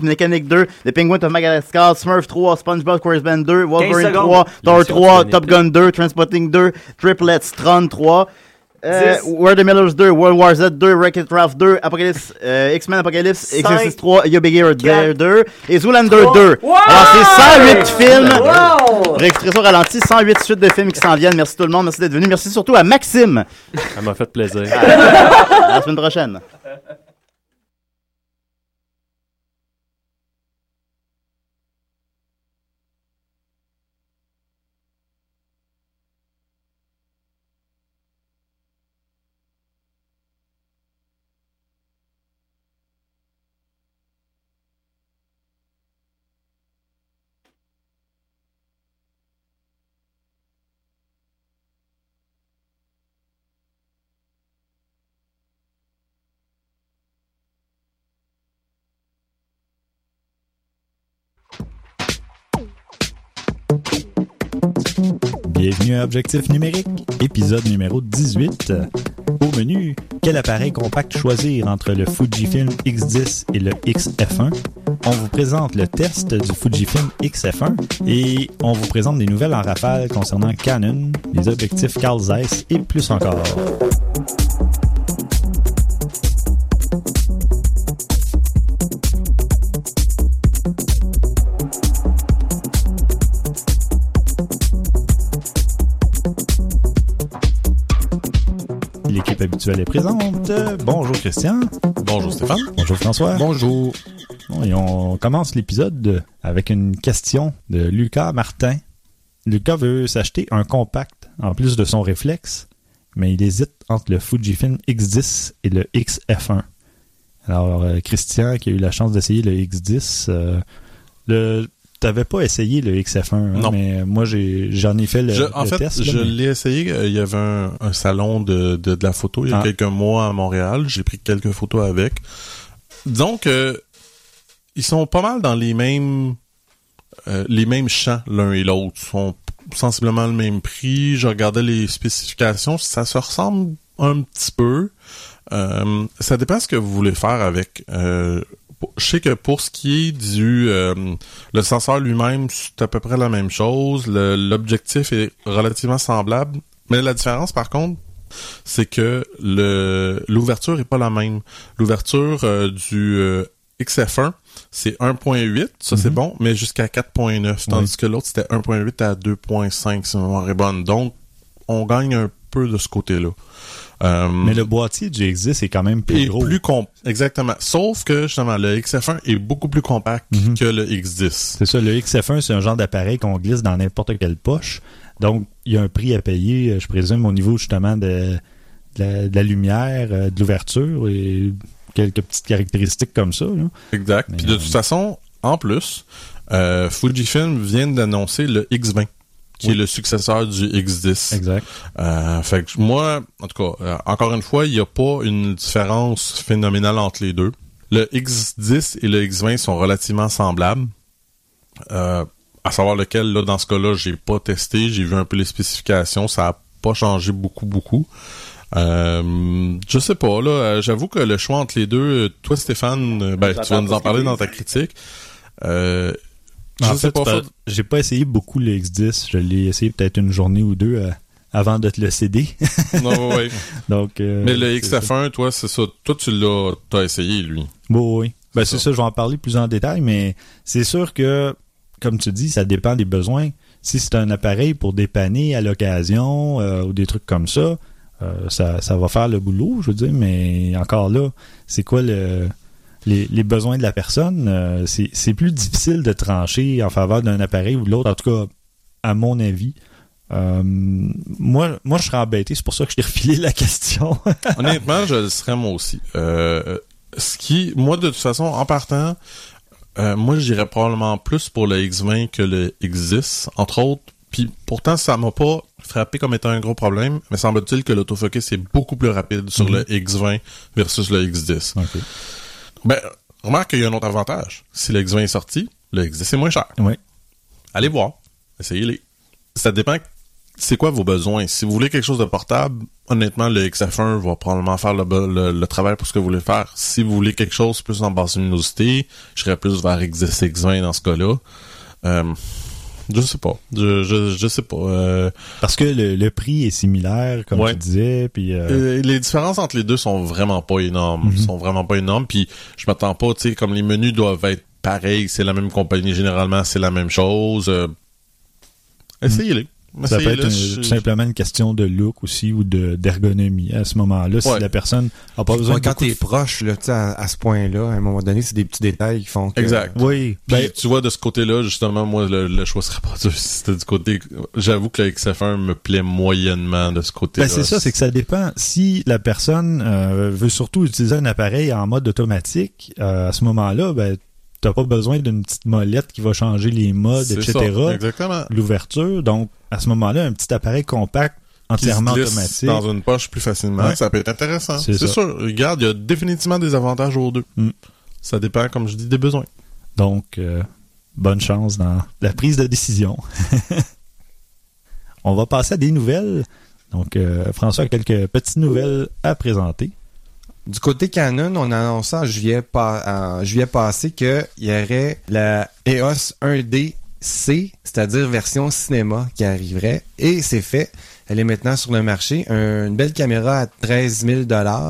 Mécanique 2, The Penguin of Madagascar, Smurf 3, SpongeBob SquarePants 2, Wolverine 3, Thor 3, Top Gun 2, Trainspotting 2, Triplets, Tron 3, We're the Millers 2, World War Z 2, Wreck-It Ralph 2, Apocalypse, X-Men Apocalypse, Exorcist 3, You Big Hero 2 et Zoolander 2. Wow! Alors c'est 108 films. Wow! Réécoutez ça au ralenti, 108 suites de films qui s'en viennent. Merci tout le monde, merci d'être venu. Merci surtout à Maxime. Ça m'a fait plaisir. À la semaine prochaine. Bienvenue à Objectif numérique, épisode numéro 18. Au menu, quel appareil compact choisir entre le Fujifilm X10 et le XF1? On vous présente le test du Fujifilm XF1 et on vous présente des nouvelles en rafale concernant Canon, les objectifs Carl Zeiss et plus encore. L'équipe habituelle est présente. Bonjour Christian. Bonjour Stéphane. Bonjour François. Bonjour. Bon, et on commence l'épisode avec une question de Lucas Martin. Lucas veut s'acheter un compact en plus de son réflexe, mais il hésite entre le Fujifilm X10 et le XF1. Alors, Christian, qui a eu la chance d'essayer le X10, t'avais pas essayé le XF1, hein, non. Mais moi j'en ai fait le test. En fait, je l'ai essayé. Il y avait un salon de la photo il y a quelques mois à Montréal. J'ai pris quelques photos avec. Disons que ils sont pas mal dans les mêmes champs l'un et l'autre. Ils sont sensiblement le même prix. Je regardais les spécifications, ça se ressemble un petit peu. Ça dépend ce que vous voulez faire avec. Je sais que pour ce qui est le senseur lui-même, c'est à peu près la même chose. L'objectif est relativement semblable. Mais la différence, par contre, c'est que l'ouverture est pas la même. L'ouverture du XF1, c'est 1.8, ça c'est bon, mais jusqu'à 4.9, tandis que l'autre c'était 1.8 à 2.5, si ma mémoire est bonne. Donc, on gagne un peu de ce côté-là. Mais le boîtier du X10 est quand même plus gros. Exactement. Sauf que, justement, le XF1 est beaucoup plus compact que le X10. C'est ça, le XF1, c'est un genre d'appareil qu'on glisse dans n'importe quelle poche. Donc, il y a un prix à payer, je présume, au niveau, justement, de la lumière, de l'ouverture et quelques petites caractéristiques comme ça, là. Exact. Puis de toute façon, en plus, Fujifilm vient d'annoncer le X20. Qui est le successeur du X10. Exact. Fait que moi, en tout cas, encore une fois, il n'y a pas une différence phénoménale entre les deux. Le X10 et le X20 sont relativement semblables. À savoir lequel, là, dans ce cas-là, j'ai pas testé. J'ai vu un peu les spécifications. Ça a pas changé beaucoup. Je sais pas, là. J'avoue que le choix entre les deux, toi, Stéphane, tu vas nous en parler dans ta critique. En fait, j'ai pas essayé beaucoup le X10. Je l'ai essayé peut-être une journée ou deux avant de te le céder. Non, oui. Donc, mais le XF1, toi, c'est ça. Toi, t'as essayé, lui. Oui. C'est ça, je vais en parler plus en détail, mais c'est sûr que, comme tu dis, ça dépend des besoins. Si c'est un appareil pour dépanner à l'occasion ou des trucs comme ça, ça va faire le boulot, je veux dire, mais encore là, c'est quoi les besoins de la personne, c'est plus difficile de trancher en faveur d'un appareil ou de l'autre, en tout cas, à mon avis. Moi, je serais embêté, c'est pour ça que je t'ai refilé la question. Honnêtement, je le serais moi aussi. Moi, de toute façon, en partant, moi, j'irais probablement plus pour le X20 que le X10, entre autres. Puis pourtant, ça m'a pas frappé comme étant un gros problème, mais semble-t-il que l'autofocus est beaucoup plus rapide sur le X20 versus le X10. Okay. Remarque qu'il y a un autre avantage. Si le X20 est sorti, le X10 est moins cher. Oui. Allez voir. Essayez-les. Ça dépend c'est quoi vos besoins? Si vous voulez quelque chose de portable, honnêtement, le XF1 va probablement faire le travail pour ce que vous voulez faire. Si vous voulez quelque chose plus en basse luminosité, je serais plus vers X10, X20 dans ce cas-là. Je sais pas. Je sais pas. Parce que le prix est similaire, comme tu disais, puis les différences entre les deux sont vraiment pas énormes. Sont vraiment pas énormes. Puis je m'attends pas, tu sais, comme les menus doivent être pareils, c'est la même compagnie généralement, c'est la même chose. Essayez-les. Ça peut être tout simplement une question de look aussi ou d'ergonomie à ce moment-là. Si la personne n'a pas besoin de quand t'es proche là, à ce point-là, à un moment donné, c'est des petits détails qui font que... Exact. Oui. Puis tu vois, de ce côté-là, justement, moi, le choix serait pas dur si c'était du côté... J'avoue que le XF1 me plaît moyennement de ce côté-là. C'est ça, c'est que ça dépend. Si la personne veut surtout utiliser un appareil en mode automatique, à ce moment-là, t'as pas besoin d'une petite molette qui va changer les modes, etc. Ça, exactement. L'ouverture. Donc, à ce moment-là, un petit appareil compact entièrement automatique. Dans une poche plus facilement, ça peut être intéressant. C'est sûr. Regarde, il y a définitivement des avantages aux deux. Ça dépend, comme je dis, des besoins. Donc, bonne chance dans la prise de décision. On va passer à des nouvelles. Donc, François a quelques petites nouvelles à présenter. Du côté Canon, on a annoncé en juillet passé qu'il y aurait la EOS 1D C, c'est-à-dire version cinéma, qui arriverait. Et c'est fait. Elle est maintenant sur le marché. Une belle caméra à 13 000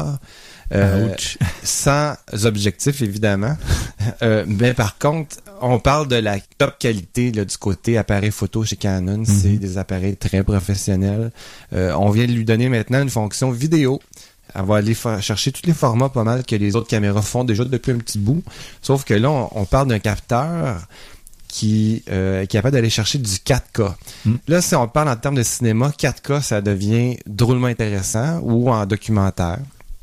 sans objectif, évidemment. Mais par contre, on parle de la top qualité là, du côté appareil photo chez Canon. C'est des appareils très professionnels. On vient de lui donner maintenant une fonction vidéo. Elle va aller chercher tous les formats pas mal que les autres caméras font déjà depuis un petit bout. Sauf que là, on parle d'un capteur qui est capable d'aller chercher du 4K. Là, si on parle en termes de cinéma, 4K, ça devient drôlement intéressant, ou en documentaire.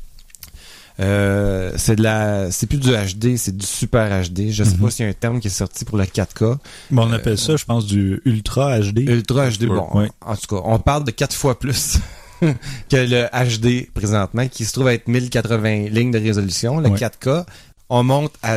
C'est plus du HD, c'est du Super HD. Je sais pas s'il y a un terme qui est sorti pour le 4K. Bon, on appelle ça, je pense, du Ultra HD. Ultra HD, bon. En tout cas, on parle de 4 fois plus que le HD présentement, qui se trouve à être 1080 lignes de résolution. Le 4K, on monte à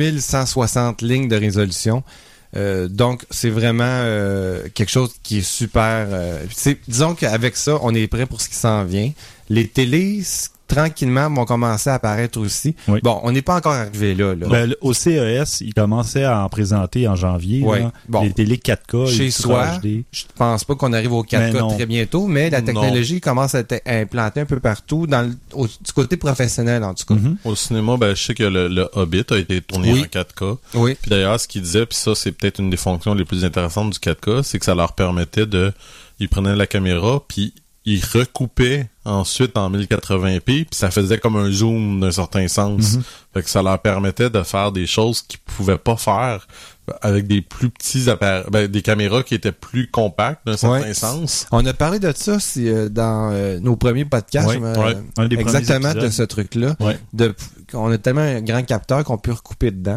2160 lignes de résolution. Donc, c'est vraiment quelque chose qui est super... disons qu'avec ça, on est prêt pour ce qui s'en vient. Les télés, tranquillement, vont commencer à apparaître aussi. Oui. Bon, on n'est pas encore arrivé là. Au CES, ils commençaient à en présenter en janvier. Là, les télés 4K. Chez soi, je pense pas qu'on arrive au 4K très bientôt, mais la technologie commence à être implantée un peu partout, du côté professionnel, en tout cas. Au cinéma, je sais que le Hobbit a été tourné en 4K. Oui. Puis d'ailleurs, ce qu'il disait, puis ça, c'est peut-être une des fonctions les plus intéressantes du 4K, c'est que ça leur permettait ils prenaient la caméra, puis ils recoupaient ensuite en 1080p, puis ça faisait comme un zoom d'un certain sens. Fait que ça leur permettait de faire des choses qu'ils pouvaient pas faire avec des plus petits appareils, des caméras qui étaient plus compactes d'un certain sens. On a parlé de ça dans nos premiers podcasts. Exactement de ce truc-là. On a tellement un grand capteur qu'on peut recouper dedans.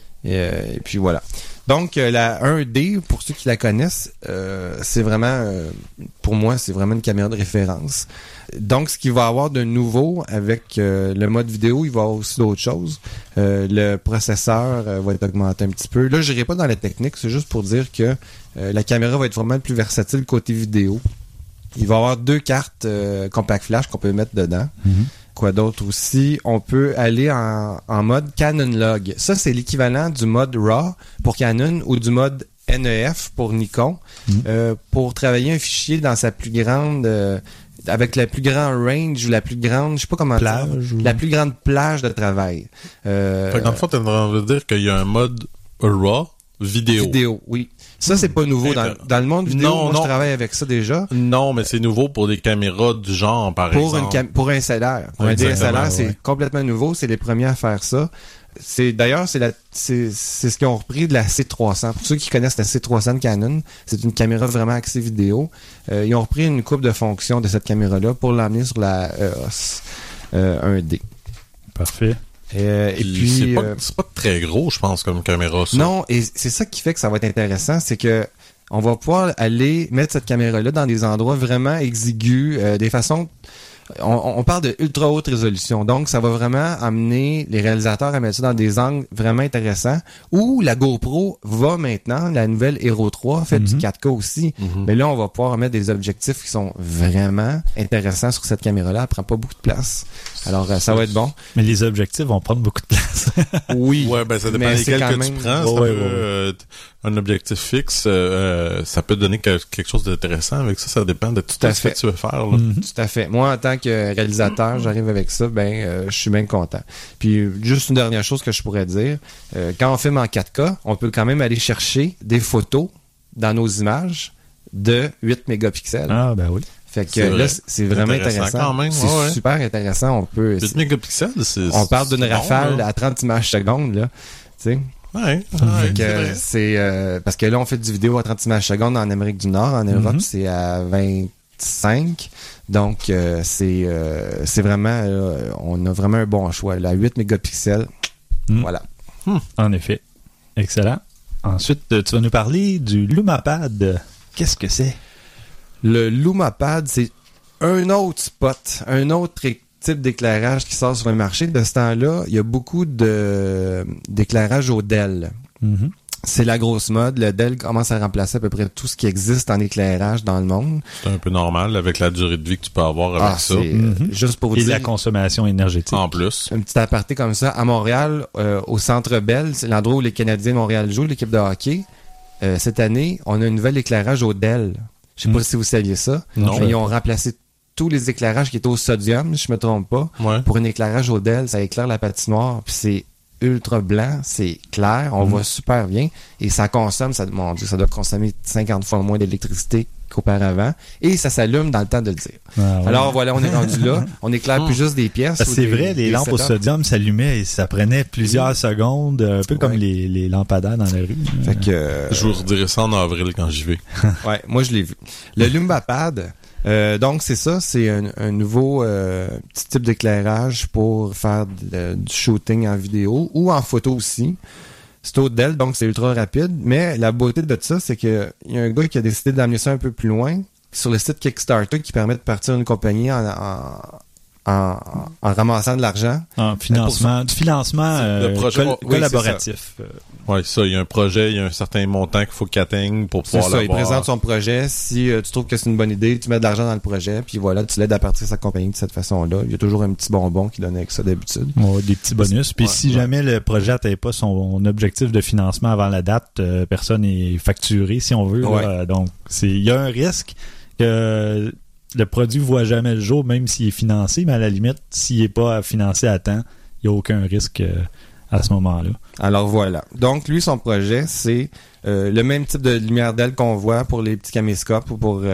Et puis voilà. Donc, la 1D, pour ceux qui la connaissent, c'est vraiment, pour moi, c'est vraiment une caméra de référence. Donc, ce qu'il va y avoir de nouveau avec le mode vidéo, il va y avoir aussi d'autres choses. Le processeur va être augmenté un petit peu. Là, je n'irai pas dans la technique, c'est juste pour dire que la caméra va être vraiment plus versatile côté vidéo. Il va y avoir 2 cartes compact flash qu'on peut mettre dedans. Quoi d'autre aussi? On peut aller en mode Canon Log. Ça, c'est l'équivalent du mode RAW pour Canon ou du mode NEF pour Nikon. Pour travailler un fichier dans sa plus grande... avec la plus grande range ou la plus grande... Je sais pas comment plage dire. La plus grande plage de travail. Fait que dans le fond, tu veux dire qu'il y a un mode RAW vidéo. Vidéo, oui. Ça, c'est pas nouveau. Dans le monde vidéo, je travaille avec ça déjà. Non, mais c'est nouveau pour des caméras du genre, par exemple. Pour un SLR. Pour un DSLR, c'est complètement nouveau. C'est les premiers à faire ça. D'ailleurs, c'est ce qu'ils ont repris de la C300. Pour ceux qui connaissent la C300 de Canon, c'est une caméra vraiment axée vidéo. Ils ont repris une couple de fonctions de cette caméra-là pour l'amener sur la EOS 1D. Parfait. Et puis c'est pas très gros, je pense, comme caméra, ça. Non, et c'est ça qui fait que ça va être intéressant, c'est que on va pouvoir aller mettre cette caméra-là dans des endroits vraiment exigus, des façons on parle de ultra haute résolution. Donc, ça va vraiment amener les réalisateurs à mettre ça dans des angles vraiment intéressants. Ou la GoPro va maintenant, la nouvelle Hero 3 fait du 4K aussi. Mais là, on va pouvoir mettre des objectifs qui sont vraiment intéressants sur cette caméra-là. Elle prend pas beaucoup de place. Alors, ça va être bon. Mais les objectifs vont prendre beaucoup de place. Oui. Ouais, ben ça dépend desquels que tu prends. Un objectif fixe, ça peut donner quelque chose d'intéressant. Avec ça dépend de tout ce que tu veux faire. Là. Tout à fait. Moi, en tant que réalisateur, j'arrive avec ça, je suis bien content. Puis, juste une dernière chose que je pourrais dire, quand on filme en 4K, on peut quand même aller chercher des photos dans nos images de 8 mégapixels. Ah, ben oui. Fait que là, c'est vraiment intéressant. Quand même. C'est super intéressant. On peut. 8 mégapixels, on parle d'une rafale à 30 images secondes, là. Tu sais. Ouais, c'est parce que là, on fait du vidéo à 30 images secondes en Amérique du Nord. En Europe, c'est à 25. Donc, c'est vraiment... on a vraiment un bon choix. Là, 8 mégapixels, voilà. En effet. Excellent. Ensuite, tu vas nous parler du Lumapad. Qu'est-ce que c'est? Le Lumapad, c'est un autre spot, un autre type d'éclairage qui sort sur le marché. De ce temps-là, il y a beaucoup d'éclairage au DEL. C'est la grosse mode. Le DEL commence à remplacer à peu près tout ce qui existe en éclairage dans le monde. C'est un peu normal avec la durée de vie que tu peux avoir avec ça. Juste pour vous dire. Et la consommation énergétique. En plus. Un petit aparté comme ça. À Montréal, au Centre Bell, c'est l'endroit où les Canadiens de Montréal jouent, l'équipe de hockey. Cette année, on a un nouvel éclairage au DEL. Je sais pas si vous saviez ça. Non. Mais ils ont remplacé tous les éclairages qui étaient au sodium, si je me trompe pas, pour un éclairage au DEL. Ça éclaire la patinoire, puis c'est ultra blanc, c'est clair, on voit super bien, et ça consomme, mon Dieu, ça doit consommer 50 fois moins d'électricité qu'auparavant, et ça s'allume dans le temps de le dire. Alors voilà, on est rendu là, on éclaire plus juste des pièces. C'est vrai, les lampes au sodium s'allumaient et ça prenait plusieurs secondes, un peu comme les lampadaires dans la rue. Fait que, je vous redirai ça en avril quand j'y vais. Ouais, moi je l'ai vu. Le Lumapad, donc c'est ça, c'est un nouveau petit type d'éclairage pour faire du shooting en vidéo ou en photo aussi. C'est au DEL, donc c'est ultra rapide. Mais la beauté de ça, c'est qu'il y a un gars qui a décidé d'amener ça un peu plus loin sur le site Kickstarter qui permet de partir une compagnie en ramassant de l'argent. En financement, du financement collaboratif. Oui, ça, il y a un projet, il y a un certain montant qu'il faut qu'il atteigne pour pouvoir l'avoir. Il présente son projet. Si tu trouves que c'est une bonne idée, tu mets de l'argent dans le projet, puis voilà, tu l'aides à partir sa compagnie de cette façon-là. Il y a toujours un petit bonbon qui donne avec ça d'habitude. Des petits bonus. Puis si jamais le projet n'atteint pas son objectif de financement avant la date, personne n'est facturé, si on veut. Là. Donc, il y a un risque que le produit ne voit jamais le jour, même s'il est financé, mais à la limite, s'il n'est pas financé à temps, il n'y a aucun risque à ce moment-là. Alors voilà. Donc, lui, son projet, c'est le même type de lumière d'aile qu'on voit pour les petits caméscopes ou pour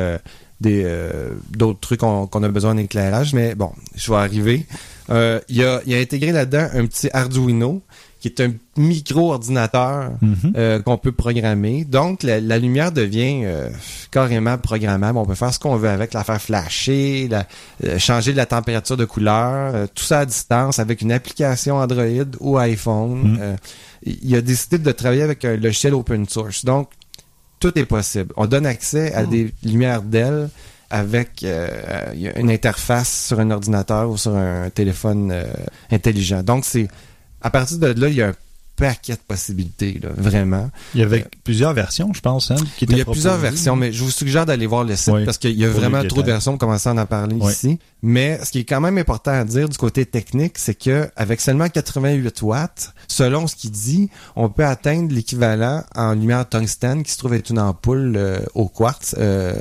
d'autres trucs qu'on a besoin d'éclairage. Mais bon, je vais arriver. Il a intégré là-dedans un petit Arduino qui est un micro-ordinateur qu'on peut programmer. Donc, la lumière devient carrément programmable. On peut faire ce qu'on veut avec, la faire flasher, changer la température de couleur, tout ça à distance avec une application Android ou iPhone. Il a décidé de travailler avec un logiciel open source. Donc, tout est possible. On donne accès à des lumières d'aile avec une interface sur un ordinateur ou sur un téléphone intelligent. Donc, à partir de là, il y a un paquet de possibilités, là, vraiment. Il y avait plusieurs versions, je pense, qui étaient Il y a plusieurs versions, mais je vous suggère d'aller voir le site parce qu'il y a vraiment trop de versions pour commencer à en parler ici. Mais ce qui est quand même important à dire du côté technique, c'est que avec seulement 88 watts, selon ce qu'il dit, on peut atteindre l'équivalent en lumière tungstène qui se trouve être une ampoule au quartz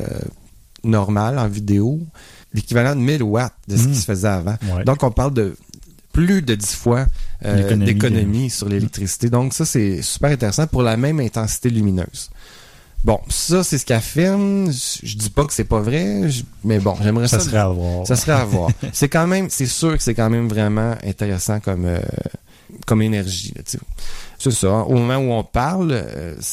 normale en vidéo, l'équivalent de 1000 watts de ce qui se faisait avant. Donc, on parle de plus de 10 fois d'économie sur l'électricité. Donc, ça, c'est super intéressant pour la même intensité lumineuse. Bon, ça, c'est ce qu'affirme. Je dis pas que c'est pas vrai, mais bon, j'aimerais ça. Ça serait à voir. Ça serait à voir. C'est sûr que c'est quand même vraiment intéressant comme énergie. Là, c'est ça. Au moment où on parle,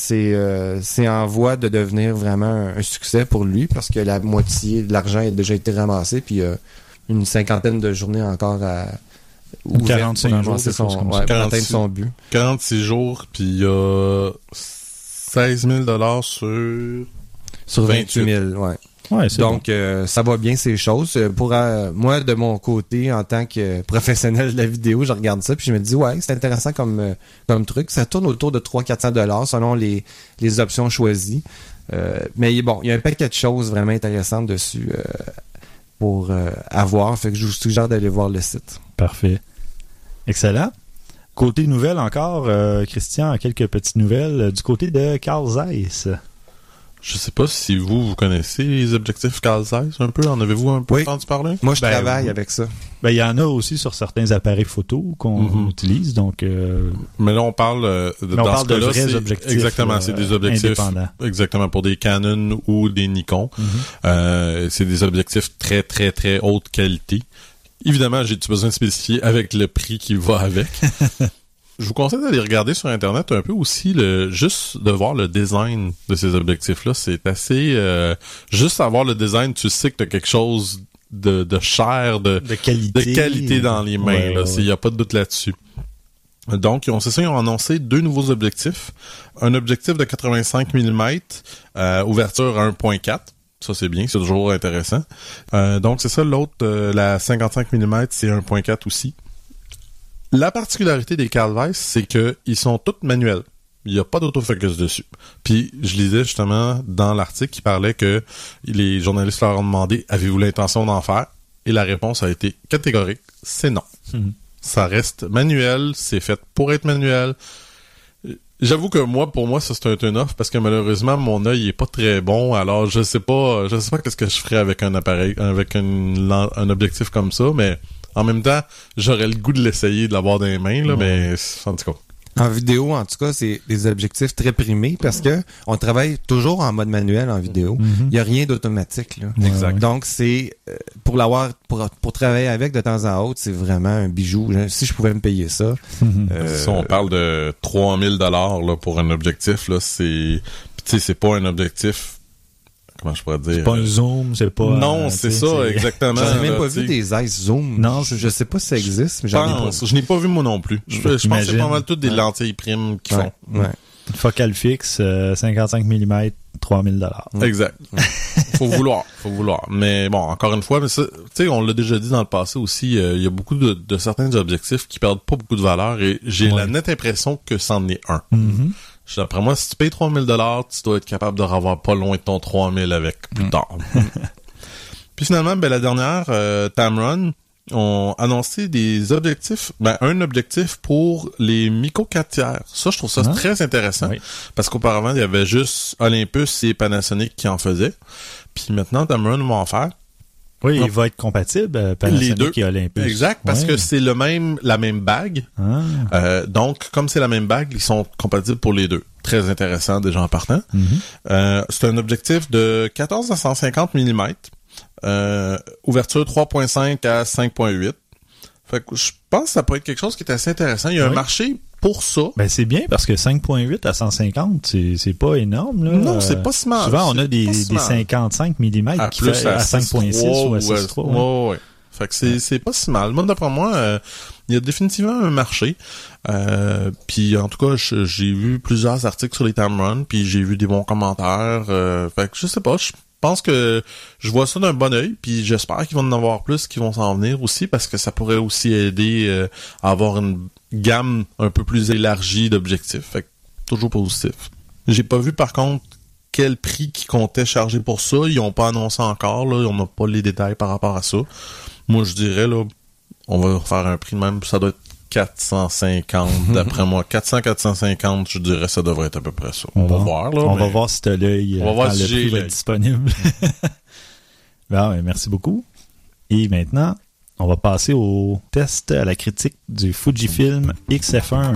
c'est en voie de devenir vraiment un succès pour lui parce que la moitié de l'argent a déjà été ramassé, puis une cinquantaine de journées encore à 45 jours, pour atteindre son but. 46 jours, puis il y a 16 000 sur 28 000, ouais. Ouais, donc, ça va bien ces choses. Pour moi, de mon côté, en tant que professionnel de la vidéo, je regarde ça puis je me dis, ouais, c'est intéressant comme truc. Ça tourne autour de 300-400$ selon les options choisies. Mais bon, il y a un paquet de choses vraiment intéressantes dessus pour avoir. Fait que je vous suggère d'aller voir le site. Parfait. Excellent. Côté nouvelles encore, Christian a quelques petites nouvelles du côté de Carl Zeiss. Je sais pas si vous connaissez les objectifs Carl Zeiss un peu. En avez-vous un peu entendu parler? Moi, je travaille avec ça. Ben, il y en a aussi sur certains appareils photo qu'on utilise, donc... Mais là, on parle de vrais objectifs. Exactement, c'est des objectifs exactement pour des Canon ou des Nikon. C'est des objectifs très, très, très haute qualité. Évidemment, j'ai-tu besoin de spécifier avec le prix qui va avec. Je vous conseille d'aller regarder sur Internet un peu aussi, juste de voir le design de ces objectifs-là. C'est assez... juste avoir le design, tu sais que tu as quelque chose de cher, de qualité dans les mains. Il n'y a pas de doute là-dessus. Donc, ils ont annoncé 2 nouveaux objectifs. Un objectif de 85 mm, ouverture à 1.4. Ça, c'est bien, c'est toujours intéressant. Donc, c'est ça. L'autre, la 55 mm, c'est 1.4 aussi. La particularité des Carl Zeiss, c'est que ils sont tous manuels. Il n'y a pas d'autofocus dessus. Puis, je lisais justement dans l'article qui parlait que les journalistes leur ont demandé « Avez-vous l'intention d'en faire? » Et la réponse a été catégorique, c'est non. Ça reste manuel, c'est fait pour être manuel. J'avoue que pour moi, ça c'est un turn-off parce que malheureusement, mon œil est pas très bon. Alors, je sais pas qu'est-ce que je ferais avec un appareil, avec un objectif comme ça, mais en même temps, j'aurais le goût de l'essayer, de l'avoir dans les mains, là, mais en tout cas. En vidéo, en tout cas, c'est des objectifs très primés parce que on travaille toujours en mode manuel en vidéo. Il y a rien d'automatique, là. Exact. Donc, c'est pour travailler avec de temps en autre, c'est vraiment un bijou. Si je pouvais me payer ça. Si on parle de 3000$ là, pour un objectif, là, c'est pas un objectif. Comment je pourrais dire? C'est pas un zoom, c'est pas... Non, c'est ça, exactement. J'en ai même pas vu des Zeiss zoom. Non, je sais pas si ça existe, mais je n'ai pas vu moi non plus. Je pense que c'est pas mal toutes des lentilles primes qui font. Ouais. Focale fixe, 55 mm, 3000$. Exact. Faut vouloir. Mais bon, encore une fois, on l'a déjà dit dans le passé aussi, il y a beaucoup de certains objectifs qui perdent pas beaucoup de valeur et j'ai la nette impression que c'en est un. D'après moi, si tu payes 3000$, tu dois être capable de revoir pas loin de ton 3000 avec plus tard. Puis finalement, la dernière, Tamron, ont annoncé des objectifs, un objectif pour les micro 4/3. Ça, je trouve ça très intéressant. Parce qu'auparavant, il y avait juste Olympus et Panasonic qui en faisaient. Puis maintenant, Tamron va en faire. Oui, il va être compatible, Panasonic et Olympus. Exact, parce que c'est la même bague. Donc, comme c'est la même bague, ils sont compatibles pour les deux. Très intéressant déjà en partant. C'est un objectif de 14 à 150 mm. Ouverture 3.5 à 5.8. Fait que je pense que ça pourrait être quelque chose qui est assez intéressant. Il y a un marché pour ça. C'est bien parce que 5.8 à 150, c'est pas énorme, là. Non, c'est pas si mal. Souvent, on a des 55 mm qui fait à 5.6 ou à 6.3. Ouais. Fait que c'est pas si mal. Moi, d'après moi, il y a définitivement un marché. Puis en tout cas, j'ai vu plusieurs articles sur les Tamron, puis j'ai vu des bons commentaires. Fait que je sais pas, je pense que je vois ça d'un bon œil, puis j'espère qu'ils vont en avoir plus qui vont s'en venir aussi, parce que ça pourrait aussi aider à avoir une gamme un peu plus élargie d'objectifs. Fait que toujours positif. J'ai pas vu par contre quel prix qu'ils comptaient charger pour ça. Ils ont pas annoncé encore, là. On n'a pas les détails par rapport à ça. Moi, je dirais, là, on va faire un prix de même. Ça doit être 450, d'après moi. 400-450, je dirais, ça devrait être à peu près ça. On va voir, là. On va voir si t'as l'œil quand le prix va être disponible. Merci beaucoup. Et maintenant, on va passer au test, à la critique du Fujifilm X-F1.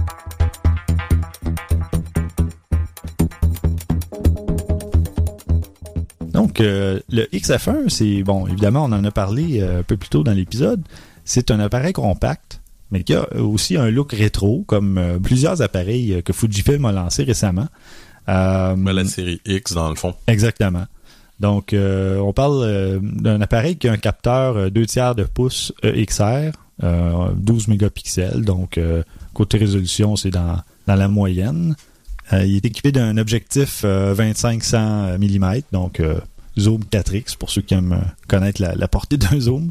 Donc, le X-F1, c'est, bon, évidemment, on en a parlé un peu plus tôt dans l'épisode. C'est un appareil compact, mais qui a aussi un look rétro, comme plusieurs appareils que Fujifilm a lancés récemment. La série X, dans le fond. Exactement. Donc, on parle d'un appareil qui a un capteur 2/3 de pouce EXR, 12 mégapixels. Donc, côté résolution, c'est dans la moyenne. Il est équipé d'un objectif 25-100 mm, donc zoom 4X, pour ceux qui aiment connaître la portée d'un zoom.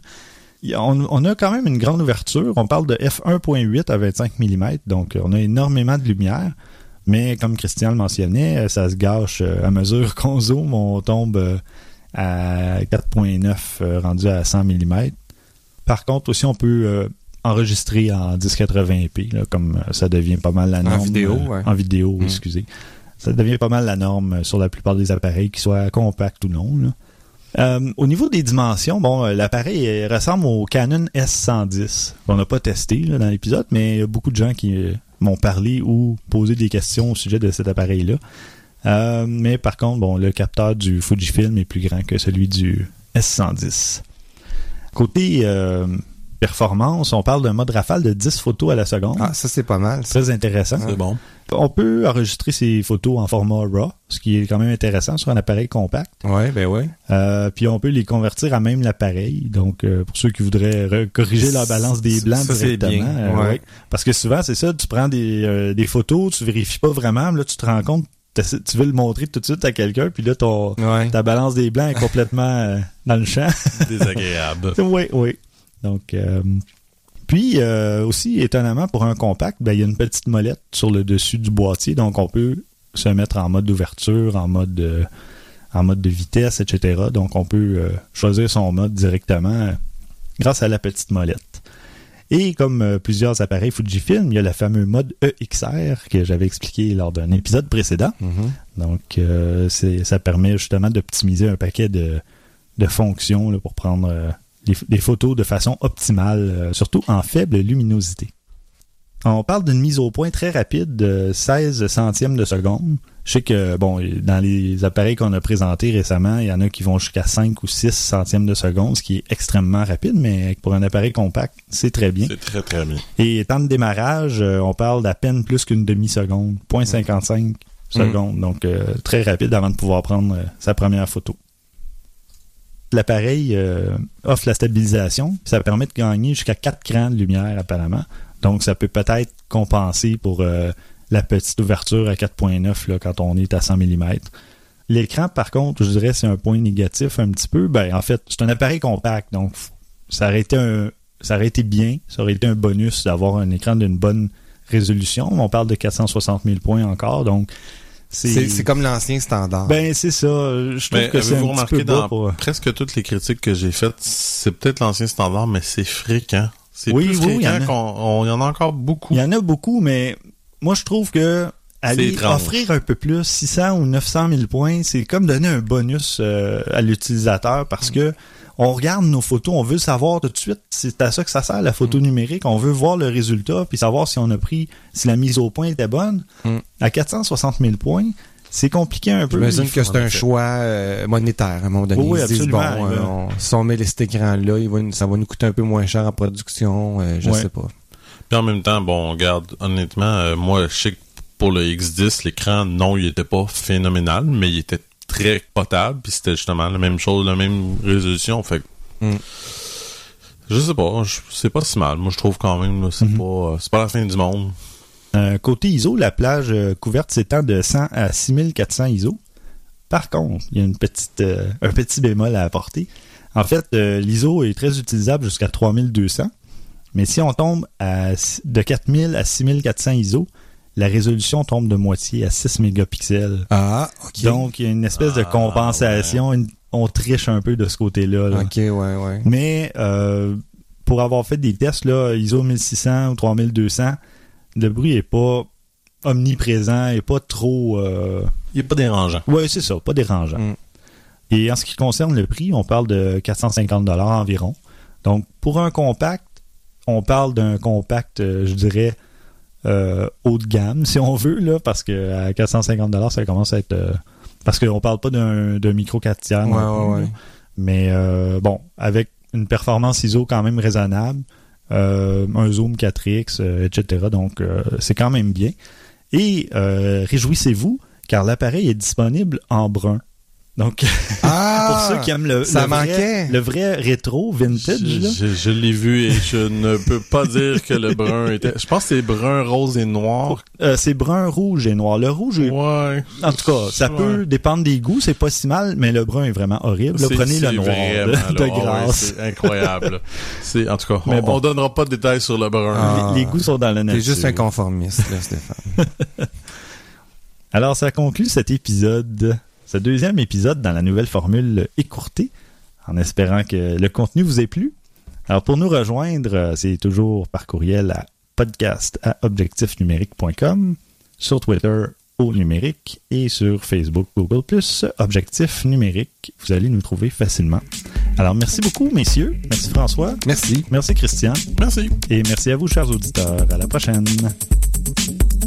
On a quand même une grande ouverture. On parle de f1.8 à 25 mm, donc on a énormément de lumière. Mais comme Christian le mentionnait, ça se gâche à mesure qu'on zoome. On tombe à 4.9 rendu à 100 mm. Par contre, aussi, on peut enregistrer en 1080p, là, comme ça devient pas mal la norme. En vidéo, excusez. Ça devient pas mal la norme sur la plupart des appareils, qu'ils soient compacts ou non, là. Au niveau des dimensions, bon, l'appareil ressemble au Canon S110 qu'on n'a pas testé là, dans l'épisode, mais il y a beaucoup de gens qui m'ont parlé ou posé des questions au sujet de cet appareil-là. Mais par contre, bon, le capteur du Fujifilm est plus grand que celui du S110. Côté performance, on parle d'un mode rafale de 10 photos à la seconde. Ah, ça c'est pas mal. Très intéressant. C'est bon. On peut enregistrer ces photos en format RAW, ce qui est quand même intéressant sur un appareil compact. Oui, ben oui. Puis on peut les convertir à même l'appareil. Donc, pour ceux qui voudraient corriger la balance des blancs ça, directement. C'est bien. Ouais. Parce que souvent, c'est ça, tu prends des photos, tu vérifies pas vraiment, là, tu te rends compte, tu veux le montrer tout de suite à quelqu'un, puis là, ta balance des blancs est complètement dans le champ. Désagréable. Oui. Donc... Puis, aussi, étonnamment, pour un compact, il y a une petite molette sur le dessus du boîtier. Donc, on peut se mettre en mode d'ouverture, en mode de vitesse, etc. Donc, on peut choisir son mode directement grâce à la petite molette. Et comme plusieurs appareils Fujifilm, il y a le fameux mode EXR que j'avais expliqué lors d'un épisode précédent. Mm-hmm. Donc, ça permet justement d'optimiser un paquet de fonctions là, pour prendre... des photos de façon optimale, surtout en faible luminosité. On parle d'une mise au point très rapide de 16 centièmes de seconde. Je sais que, bon, dans les appareils qu'on a présentés récemment, il y en a qui vont jusqu'à 5 ou 6 centièmes de seconde, ce qui est extrêmement rapide, mais pour un appareil compact, c'est très bien. C'est très, très bien. Et temps de démarrage, on parle d'à peine plus qu'une demi-seconde, 0.55 secondes, donc très rapide avant de pouvoir prendre sa première photo. L'appareil offre la stabilisation. Ça permet de gagner jusqu'à 4 crans de lumière apparemment. Donc, ça peut peut-être compenser pour la petite ouverture à 4.9 là, quand on est à 100 mm. L'écran, par contre, je dirais c'est un point négatif un petit peu. En fait, c'est un appareil compact. Donc, ça aurait été bien. Ça aurait été un bonus d'avoir un écran d'une bonne résolution. On parle de 460 000 points encore. Donc, c'est comme l'ancien standard. C'est ça. Je trouve que c'est un petit peu bas pour... presque toutes les critiques que j'ai faites, c'est peut-être l'ancien standard, mais c'est fréquent. C'est plus fréquent il y en a encore beaucoup. Il y en a beaucoup, mais moi, je trouve que offrir un peu plus, 600 ou 900 000 points, c'est comme donner un bonus à l'utilisateur parce que on regarde nos photos, on veut savoir tout de suite, c'est à ça que ça sert la photo numérique, on veut voir le résultat puis savoir si la mise au point était bonne. À 460 000 points, c'est compliqué un peu. J'imagine que c'est un choix monétaire à un moment donné. Oui, absolument. Si on met cet écran-là, ça va nous coûter un peu moins cher en production, je sais pas. Puis en même temps, bon, regarde, honnêtement, moi, je sais que pour le X10, l'écran, non, il était pas phénoménal, mais il était très potable, puis c'était justement la même chose, la même résolution, fait je sais pas, c'est pas si mal. Moi, je trouve quand même, là, c'est pas la fin du monde. Côté ISO, la plage couverte s'étend de 100 à 6400 ISO. Par contre, il y a un petit bémol à apporter. En fait, l'ISO est très utilisable jusqu'à 3200, mais si on tombe de 4000 à 6400 ISO, la résolution tombe de moitié à 6 mégapixels. Ah, OK. Donc, il y a une espèce de compensation. Ouais. On triche un peu de ce côté-là. Là. OK, ouais. Mais pour avoir fait des tests, là, ISO 1600 ou 3200, le bruit est pas omniprésent et pas trop... Il est pas dérangeant. Oui, c'est ça, pas dérangeant. Et en ce qui concerne le prix, on parle de 450 $ environ. Donc, pour un compact, on parle d'un compact, je dirais... haut de gamme, si on veut, là, parce que à 450 $, ça commence à être... parce qu'on parle pas d'un micro 4 tiers. Ouais. Mais bon, avec une performance ISO quand même raisonnable, un zoom 4X, etc. Donc, c'est quand même bien. Et réjouissez-vous, car l'appareil est disponible en brun. Donc, pour ceux qui aiment le vrai rétro vintage, je l'ai vu et je ne peux pas dire que le brun était... Je pense que c'est brun, rose et noir. C'est brun, rouge et noir. Le rouge est... Ouais. En tout cas, ça peut dépendre des goûts, c'est pas si mal, mais le brun est vraiment horrible. Prenez le noir de grâce. C'est incroyable. En tout cas, on donnera pas de détails sur le brun. Les goûts sont dans la nature. T'es juste un conformiste, là, Stéphane. Alors, ça conclut cet épisode... Ce deuxième épisode dans la nouvelle formule écourtée, en espérant que le contenu vous ait plu. Alors, pour nous rejoindre, c'est toujours par courriel à podcast@objectifnumérique.com, sur Twitter au numérique et sur Facebook, Google+, Objectif Numérique. Vous allez nous trouver facilement. Alors, merci beaucoup, messieurs. Merci, François. Merci. Merci, Christian. Merci. Et merci à vous, chers auditeurs. À la prochaine.